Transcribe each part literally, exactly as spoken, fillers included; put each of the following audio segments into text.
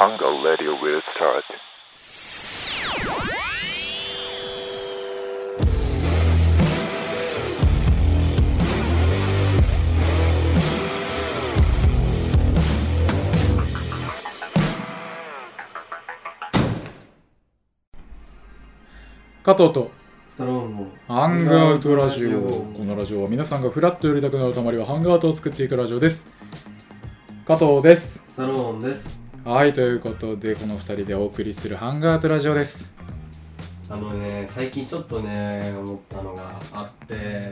Hunger Radio will start. 加藤とスタローンのハングアウトラジオ。このラジオは皆さんがフラッと寄りたくなるたまりはハングアウトを作っていくラジオです。加藤です。 スタローンです。 はい、ということでこのふたりでお送りするハングアウトラジオです。 あのね、最近ちょっとね思ったのがあって、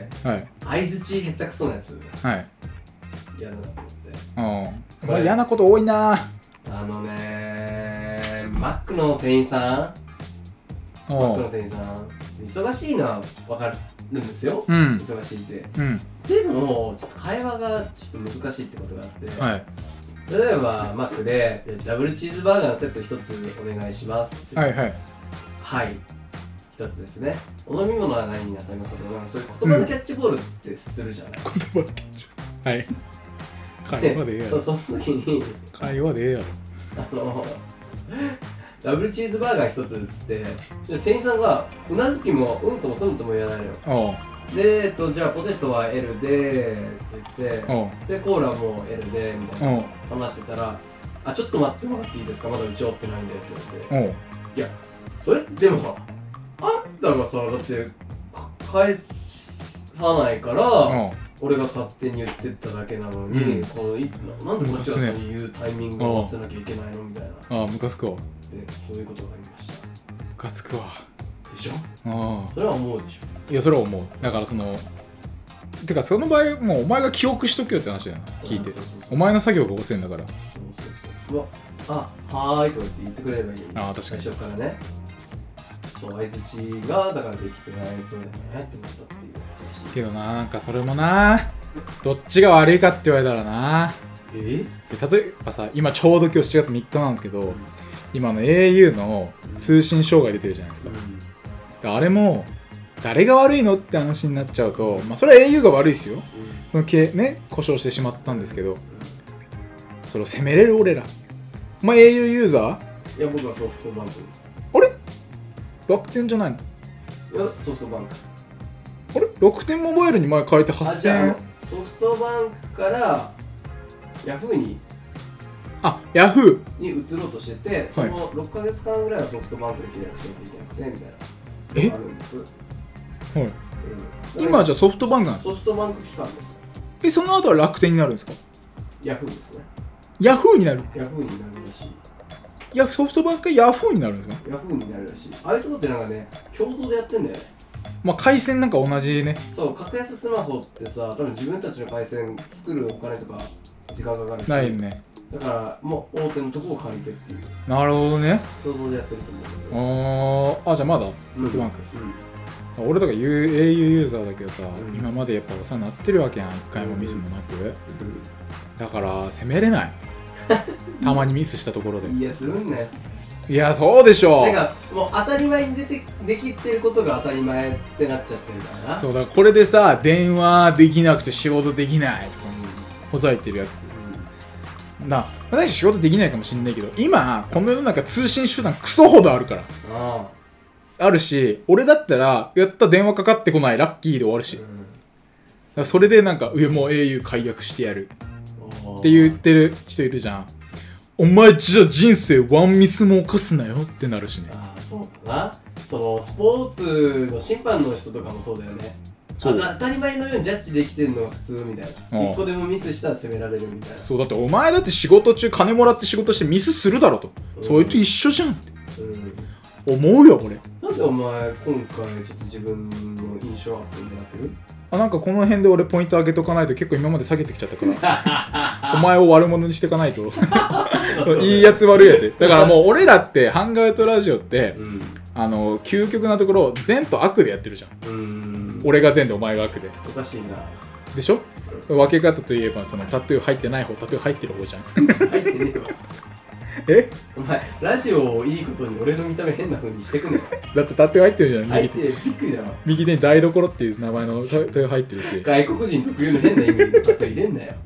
はい、 相づち下手くそなやつ、 はい、 嫌だなと思って。 うん、お前嫌なこと多いな。 あのね、マックの店員さんマックの店員さん忙しいのは分かるんですよ、うん、忙しいって、うん、でもちょっと会話がちょっと難しいってことがあって、はい、例えばマックでダブルチーズバーガーのセットひとつお願いしますって、はいはいはいひとつですね。お飲み物は何になさいますかとか、そういう言葉のキャッチボールってするじゃない、うん、言葉のキャッチボール、はい、会話でええやろ。そう、その時に会話でええやろ。 あのダブルチーズバーガー一つっつって店員さんがうなずきもうんともすんとも言わないのよ。で、えっと、じゃあポテトは エル でって言ってでコーラも エル でみたいな話してたら、あ、ちょっと待ってもらっていいですか、まだうちおってないんでって言って、いや、それでもさ、あんたがさ、だって返さないから俺が勝手に言ってっただけなのに、うん、このいなんでこっちがそういうタイミングを合わせなきゃいけないのみたいな。 ああ、ムカつくわ。で、 そういうことがありました。 ムカつくわ。 でしょ？ああ。それは思うでしょ。 いや、それは思う。だからその、てかその場合、もうお前が記憶しとけよって話だよな、聞いて。そうそうそうそう、お前の作業が遅いんだから。そうそうそう。うわ、あ、はーいとか言って言ってくれればいい。ああ、確かに。最初からね。そう、相づちがだからできてないそうだよねって思ったっていう話。 けどな、なんかそれもな、どっちが悪いかって言われたらな。 えで例えばさ、今ちょうど今日しちがつみっかなんですけど、うん、今の エーユー の通信障害出てるじゃないですか、うん、あれも誰が悪いのって話になっちゃうと、まあそれは エーユー が悪いですよ、うん、その系ね故障してしまったんですけど、それを責めれる俺ら。お前 エーユー ユーザー？いや、僕はソフトバンクです。 あれ楽天じゃないの？ いや、ソフトバンク。 あれ楽天モバイルに前変えてはっせんえん。 ソフトバンクからヤフーにあ、ヤフーに移ろうとしてて、そのろっかげつかんぐらいはソフトバンクで契約しなきゃいけなくてみたいなのがあるんです。はい、 うん、今じゃあソフトバンクなんですか？ ソフトバンク期間です。 え、その後は楽天になるんですか？ ヤフーですね。 ヤフーになる？ ヤフーになるらしい。 いや、ソフトバンクがヤフーになるんですか？ ヤフーになるらしい。ああいうとこってなんかね、共同でやってんだよね。 まあ回線なんか同じね。 そう、格安スマホってさ、多分自分たちの回線作るお金とか時間かかるし。ないね。だからもう大手のとこを借りてっていう。なるほどね。共同でやってると思うんだけど。ああ、じゃあまだソフトバンク。うんうん、俺とか エーユー ユーザーだけどさ、うん、今までやっぱお世話になってるわけやん、一回もミスもなく。うんうん、だから責めれない。たまにミスしたところで。 いや、するんね。 いや、そうでしょう。 なんかもう当たり前に出てできてることが当たり前ってなっちゃってるからな。 そうだ、これでさ、電話できなくて仕事できないとかほざいてるやつ、うん、な、私仕事できないかもしんないけど、今この世の中通信手段クソほどあるから。ああ、あるし、俺だったらやった電話かかってこないラッキーで終わるし、うん、だからそれでなんか上も エーユー 解約してやるって言ってる人いるじゃん。お前じゃあ人生ワンミスも犯すなよってなるしね。 ああ、そうだな。そのスポーツの審判の人とかもそうだよね。そう、当たり前のようにジャッジできてるのが普通みたいな。一個でもミスしたら責められるみたいな。 そう、だってお前だって仕事中金もらって仕事してミスするだろと、うん、それと一緒じゃんって、うん、思うよ俺。 なんでお前今回ちょっと自分の印象アップになってる？ あ、なんかこの辺で俺ポイント上げとかないと結構今まで下げてきちゃったからお前を悪者にしていかないといいやつ悪いやつだからもう俺らってハンガーアウトラジオって、うん、あの究極なところ善と悪でやってるじゃん。うーん、俺が善でお前が悪で。 おかしいな。 でしょ、うん、分け方といえばそのタトゥー入ってない方、タトゥー入ってる方じゃん入ってねえわえ、 お前ラジオをいいことに俺の見た目変な風にしてくんねん。 だってタトゥー入ってるじゃん。 入ってる、びっくりだわ。 右手に台所っていう名前のタトゥー入ってるし外国人特有の変な意味のタトゥー入れんなよ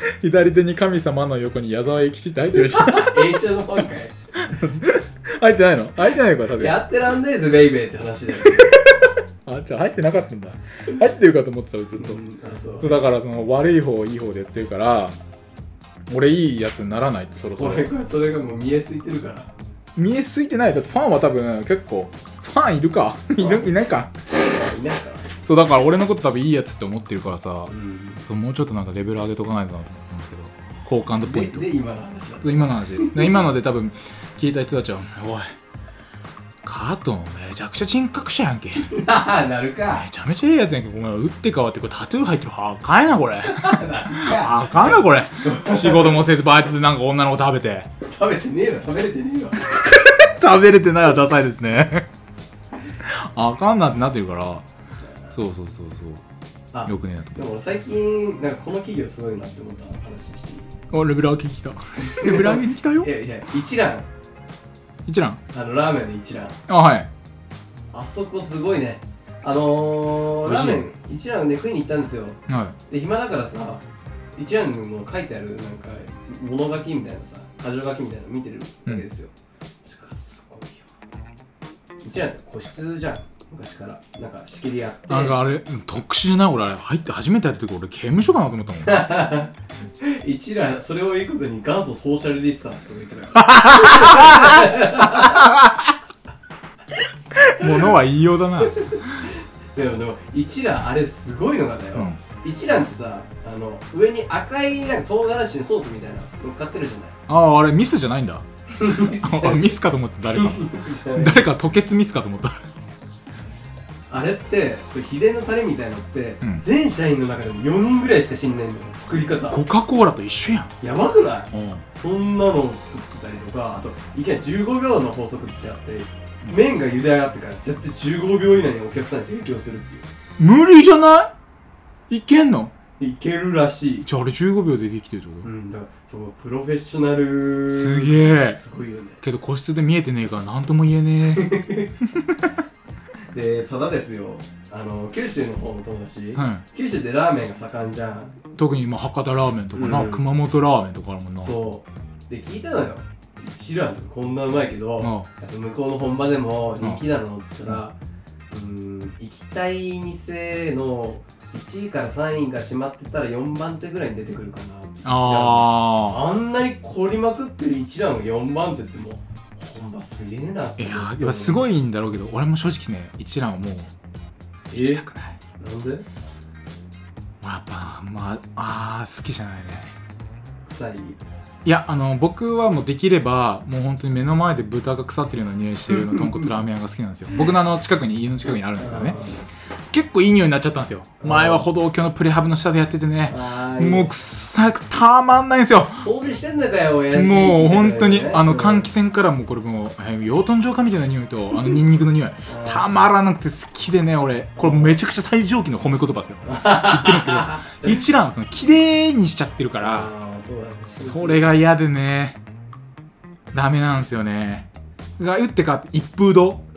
左手に神様の横に矢沢永吉って入ってるじゃん。 エイチ のファンかい。 入ってないの？入ってないのか多分。 やってらんねえぜベイベーって話だよ。 あ、じゃあ入ってなかったんだ。入ってるかと思ってたずっと、うん、 あ、そうそうだからその悪い方いい方でやってるから俺いいやつにならないとそろそろ。 俺これそれがもう見えすいてるから。 見えすいてない。だってファンは多分結構ファンいるかいるいないかいないから。 そうだから俺のこと多分いいやつって思ってるからさ、 うん、 そうもうちょっとなんかレベル上げとかないとなと思うんだけど、好感度ポイントで, で今の話だ。 今の話で今ので多分聞いた人たちはおいカートンめちゃくちゃ人格者やんけなるか。 めちゃめちゃいいやつやんけ。ごめん打って変わってこれタトゥー入ってる。あかんやなこれあかんなこれ仕事もせずバイトでなんか女の子食べて食べてねえわ食べれてねえわ食べれてないはダサいですねあかんなってなってるから。そうそうそうそう。よくねえなと思う。 でも最近なんかこの企業すごいなって思った話していい？ あ、レベル上げてきたレベル上げてきたよ。 いやいや一蘭一蘭あのラーメンの一蘭。 あ、はい。 あそこすごいね。あのー、ラーメン一蘭で食いに行ったんですよ。 はい。 で暇だからさ、一蘭の書いてあるなんか物書きみたいなさ、箇条書きみたいなの見てるわけですよ。うん、すごいよ。一蘭って個室じゃん。昔からなんか仕切りあって。 なんかあれ特殊な。俺あれ入って初めてやった時俺刑務所かなと思ったもん一蘭それをいいことに元祖ソーシャルディスタンスとか言ってたものは言いようだな。 でもでも一蘭あれすごいのがだよ、うん、一蘭ってさあの上に赤いなんか唐辛子のソースみたいな乗っかってるじゃない。 あああれミスじゃないんだミスかと思った誰か誰か吐血ミスかと思ったあれってそう秘伝のタレみたいなのって、 うん、 全社員の中でもよにんぐらいしか知んないんだよ作り方。 コカ・コーラと一緒やん。 やばくない？ うん、 そんなのを作ってたりとか、あと一応じゅうごびょうの法則ってあって、麺が茹で上がってから絶対じゅうごびょう以内にお客さんに提供するっていう。 無理じゃない？いけんの？ いけるらしい。 じゃああれじゅうごびょうでできてるってこと？ うん、だからそのプロフェッショナル。 すげえ。 すごいよね。 けど個室で見えてねえから何とも言えねえで、ただですよ、あの九州の方の友達、 はい、 九州ってラーメンが盛んじゃん。 特に今博多ラーメンとかな、うん、熊本ラーメンとかあるもんな。 そうで聞いたのよ。一蘭とかこんなうまいけど、やっぱ向こうの本場でも人気なのっつったら、うーん行きたい店のいちいからさんいが閉まってたらよんばん手ぐらいに出てくるかなって。 ああんなに凝りまくってる一蘭がよんばん手ってもう本場すげえなって。 いややっぱすごいんだろうけど俺も正直ね一蘭はもう行きたくない。 なんで？ やっぱまああー好きじゃないね。 臭い？ いやあの僕はもうできればもう本当に目の前で豚が腐ってるような匂いしてるような豚骨ラーメン屋が好きなんですよ。僕のあの近くに家の近くにあるんですけどね結構いい匂いになっちゃったんですよ。前は歩道橋のプレハブの下でやっててねもう臭くてたまんないんですよ。 掃除してんだかよ親父。 もう本当にあの換気扇からもうこれもう養豚場かみたいな匂いとあのニンニクの匂いたまらなくて好きでね。俺これめちゃくちゃ最上級の褒め言葉ですよ言ってるんですけど一蘭はその綺麗にしちゃってるからそうだね、 それが嫌でねダメなんですよね。が打ってかって一風堂、うん、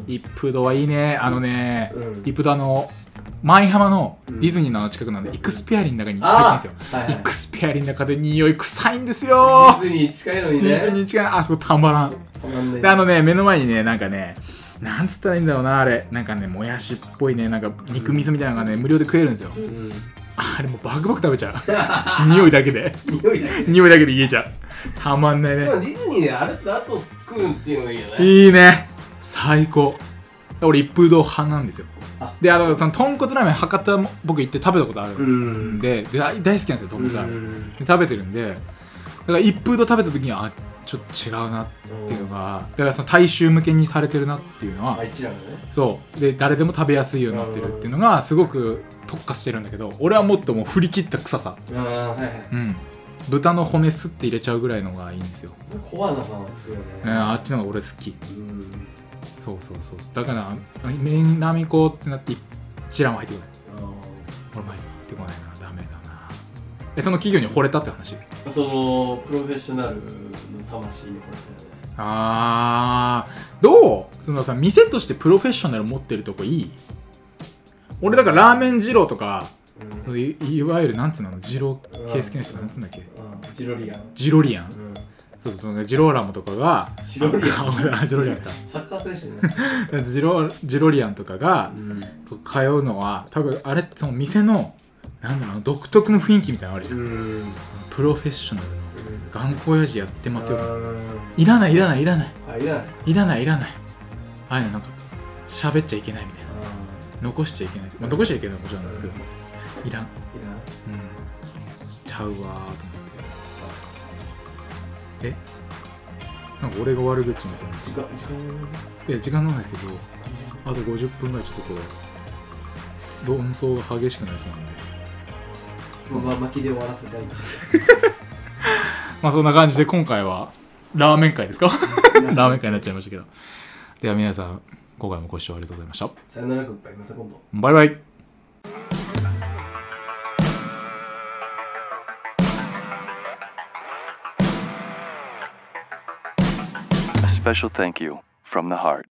一風堂はいいね。あのね、うん、一風堂あの舞浜のディズニーの近くなんで、うん、イクスピアリの中に入ってるんですよ、はいはい、イクスピアリの中で匂い臭いんですよ。 ディズニー近いのにね。 ディズニー近いあそこたまらん。たまんない。であのね目の前にねなんかねなんつったらいいんだろうなあれなんかねもやしっぽいねなんか肉味噌みたいなのがね、うん、無料で食えるんですよ、うん、あれもうバクバク食べちゃう匂いだけで匂いだけで匂いだけで言えちゃう。たまんないね。 ディズニーであれってあと食うっていうのがいいよね。 いいね最高。俺一風堂派なんですよ。であのその豚骨ラーメン博多も僕行って食べたことあるんで、で大好きなんですよ豚骨ラーメンで食べてるんで、だから一風堂食べた時にはあちょっと違うなっていうのがだからその大衆向けにされてるなっていうのは、 一蘭ね、 そうで誰でも食べやすいようになってるっていうのがすごく特化してるんだけど俺はもっともう振り切った臭さ、 あ、はいはい、 うん、豚の骨すって入れちゃうぐらいのがいいんですよ。 コアなパンは作るよね、 えー、あっちの方が俺好き。うんそうそうそうだから麺ラミコってなって一蘭は入ってこない。俺も入ってこないなダメだな。えその企業に惚れたって話？ そのプロフェッショナルの魂に惚れたよね。 あーどうそのさ店としてプロフェッショナル持ってるとこいい？俺だからラーメン二郎とかうん、 そう い, いわゆるなんつうのジロ系好きな人なんつうんだっけ、 うん、ジロリアンジロリアン、 うん、 そうそうそうジローラモとかがジロリアンジロリアンかサッカー選手になっちゃうジロジロリアンとかが、うん、通うのは多分あれその店のなんだろう独特の雰囲気みたいなのあるじゃん、うん、プロフェッショナルの頑固親父やってますよ、いらないいらないいらないあいらないいらないいらないああいうのなんか喋っちゃいけないみたいな残しちゃいけない、まあ、残しちゃいけないのはもちろんなんですけど、うん、いらんいらん、うん、ちゃうわーと思ってえなんか俺が悪口みたいな時間時間いや時間なんですけどあとごじゅっぷんぐらいちょっとこう論争が激しくなりそうなんでそのまま巻きで終わらせたいんですまあそんな感じで今回はラーメン会ですかラーメン会になっちゃいましたけどでは皆さん今回もご視聴ありがとうございました。 さよならグッバイ、また今度。 バイバイ。 A special thank you from the heart.